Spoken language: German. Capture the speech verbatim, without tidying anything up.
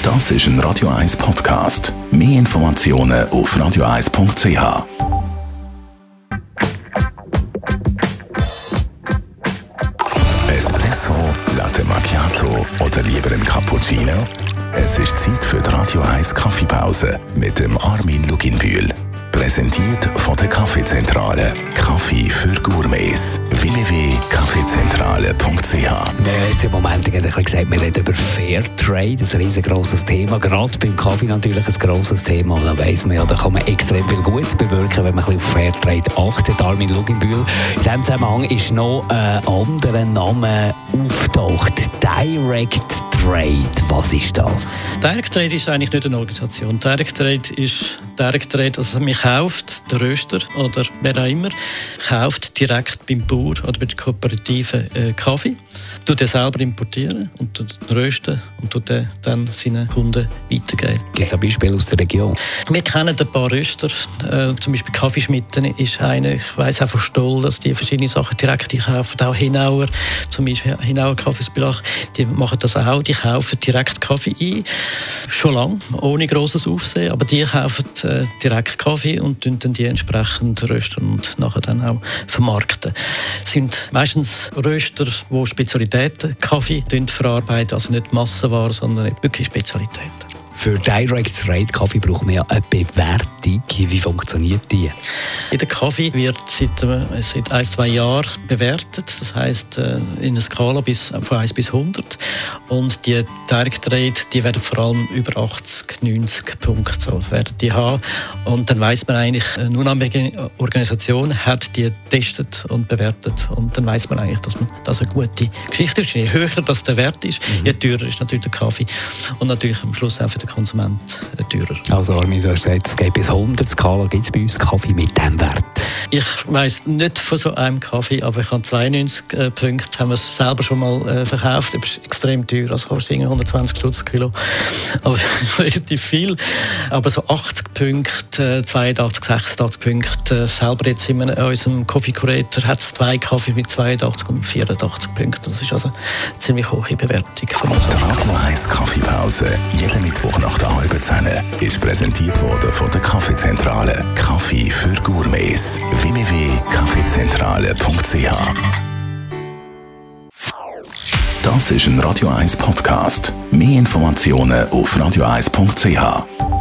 Das ist ein Radio eins Podcast. Mehr Informationen auf radio eins punkt c h. Espresso, Latte Macchiato oder lieber ein Cappuccino? Es ist Zeit für die Radio eins Kaffeepause mit dem Armin Luginbühl. Präsentiert von der Kaffeezentrale. Kaffee für Gourmets. w w w punkt kaffeezentrale punkt c h. Wir haben jetzt im Moment gesagt, wir reden über Fairtrade, ein riesengroßes Thema. Gerade beim Kaffee natürlich ein grosses Thema. Da weiss man ja, da kann man extrem viel Gutes bewirken, wenn man ein bisschen auf Fairtrade achtet. Armin Luginbühl. In diesem Zusammenhang ist noch ein anderer Name auftaucht. Direct Trade. Was ist das? Direct Trade ist eigentlich nicht eine Organisation. Direct Trade ist Direct Trade, also man kauft, der Röster oder wer auch immer, kauft direkt beim Bauer oder bei der Kooperativen äh, Kaffee, tut den selber importieren und tut den rösten und tut den dann seinen Kunden weitergeben. Gibt es ein Beispiel aus der Region? Wir kennen ein paar Röster, äh, zum Beispiel Kaffeeschmitten ist einer, ich weiss auch von Stoll, dass die verschiedene Sachen direkt einkaufen, auch Hinauer, zum Beispiel Hinauer Kaffeesbelach, die machen das auch, die kaufen direkt Kaffee ein, schon lange, ohne grosses Aufsehen, aber die kaufen äh, direkt Kaffee und dann die entsprechend rösten und nachher dann auch vermarkten. Es sind meistens Röster, die Spezialitäten Kaffee verarbeiten, also nicht Massenware, sondern wirklich Spezialitäten. Für Direct Trade Kaffee brauchen wir ja eine Bewertung. Wie funktioniert die? Jeder Kaffee wird seit, äh, seit ein, zwei Jahren bewertet. Das heisst, äh, in einer Skala bis, von eins bis hundert. Und die Direct Trade, die werden vor allem über achtzig, neunzig Punkte so werden die haben. Und dann weiss man eigentlich, eine unabhängige Organisation hat die getestet und bewertet. Und dann weiss man eigentlich, dass man, das eine gute Geschichte ist. Je höher das der Wert ist, mhm. je teurer ist natürlich der Kaffee. Und natürlich am Schluss auch für den Konsument teurer. Also Armin, du hast gesagt, es geht bis hundert Skala. Gibt es bei uns Kaffee mit diesem Wert? Ich weiss nicht von so einem Kaffee, aber ich habe zweiundneunzig äh, Punkte, haben wir es selber schon mal äh, verkauft. Das ist extrem teuer, das kostet hundertzwanzig Stutz Kilo. Aber relativ viel. Aber so achtzig Punkte, zweiundachtzig, sechsundachtzig Punkte. Äh, selber jetzt in unserem Coffee Curator hat es zwei Kaffee mit zweiundachtzig und vierundachtzig Punkten. Das ist also eine ziemlich hohe Bewertung von uns. Radio eins Kaffeepause, jeden Mittwoch nach der halben Zehn, ist präsentiert worden von der Kaffeezentrale. Kaffee für Gourmets. w w w punkt kaffeezentrale punkt c h. Das ist ein Radio eins Podcast. Mehr Informationen auf radio eins punkt c h.